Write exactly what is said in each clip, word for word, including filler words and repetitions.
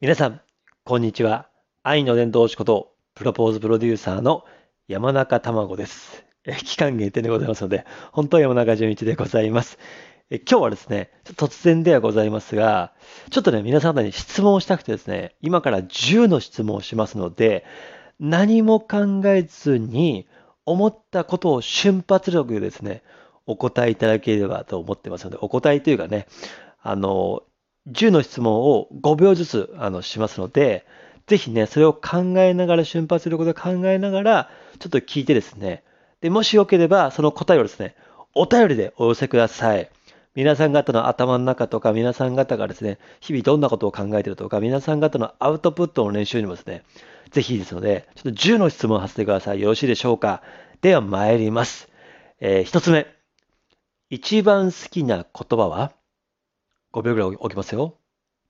皆さん、こんにちは。愛の伝道師こと、プロポーズプロデューサーの山中卵です。え期間限定でございますので、本当は山中純一でございます。え今日はですね、ちょっと突然ではございますが、ちょっとね、皆さん方に質問をしたくてですね、今からじゅうの質問をしますので、何も考えずに、思ったことを瞬発力でですね、お答えいただければと思ってますので、お答えというかね、あの、じゅうの質問をごびょうずつあのしますので、ぜひね、それを考えながら、瞬発力で考えながら、ちょっと聞いてですね、で、もしよければ、その答えをですね、お便りでお寄せください。皆さん方の頭の中とか、皆さん方がですね、日々どんなことを考えているとか、皆さん方のアウトプットの練習にもですね、ぜひですので、ちょっとじゅうの質問をさせてください。よろしいでしょうか。では参ります。えー、一つ目。一番好きな言葉は？ ご 秒ぐらい置きますよ。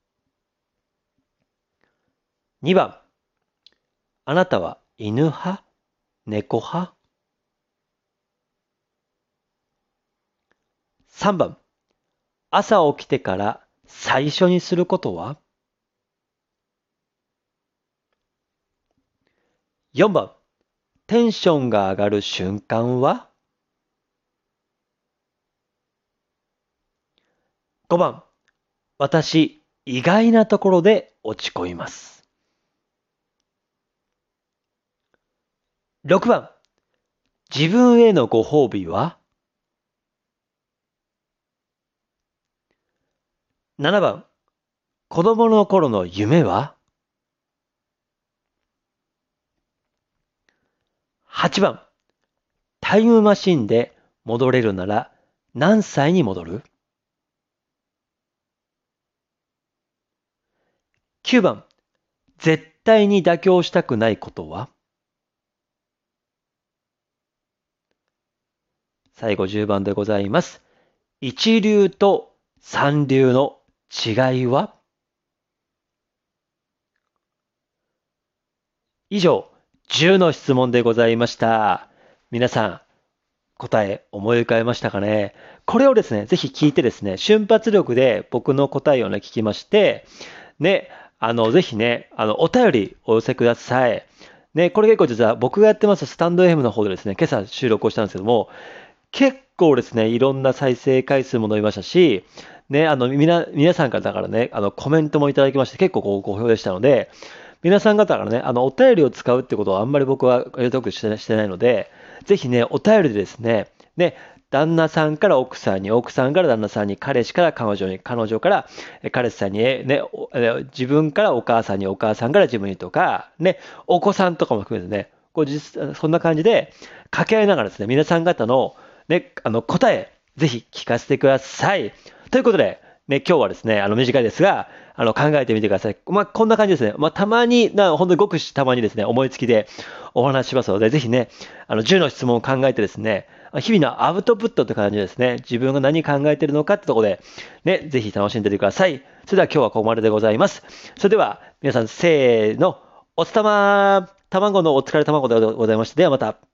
にばん。あなたは犬派？猫派？ さん 番。朝起きてから最初にすることは？ よん 番。テンションが上がる瞬間は？ ご 番。私、意外なところで落ち込みます。ろくばん。自分へのご褒美は？ なな 番。子供の頃の夢は？ はち 番。タイムマシンで戻れるなら何歳に戻る？ きゅう 番。絶対に妥協したくないことは？最後じゅうばんでございます。一流と三流の違いは？以上、じゅうの質問でございました。皆さん、答え思い浮かべましたかね？これをですね、ぜひ聞いてですね、瞬発力で僕の答えをね、聞きまして、ね、あの、ぜひね、あの、お便りお寄せください。ね、これ結構実は僕がやってますスタンド エフエム の方でですね、今朝収録をしたんですけども、結構ですね、いろんな再生回数も伸びましたし、ね、あの、みな、皆さんからだからね、あの、コメントもいただきまして、結構ご好評でしたので、皆さん方からね、あの、お便りを使うってことはあんまり僕はよくしてないしてないので、ぜひね、お便りでですね、ね、旦那さんから奥さんに、奥さんから旦那さんに、彼氏から彼女に、彼女からえ彼氏さんに、えね、おえ自分からお母さんに、お母さんから自分にとか、ね、お子さんとかも含めてね、こう実そんな感じで掛け合いながらですね、皆さん方のね、あの、答え、ぜひ聞かせてください。ということで、ね、今日はですね、あの、短いですが、あの、考えてみてください。まあ、こんな感じですね。まあ、たまに、な、本当にごくたまにですね、思いつきでお話ししますので、ぜひね、あの、じゅうの質問を考えてですね、日々のアウトプットって感じですね、自分が何考えているのかってところで、ね、ぜひ楽しんでてください。それでは今日はここまででございます。それでは、皆さん、せーの、おつたま、卵のお疲れ卵でございました。ではまた。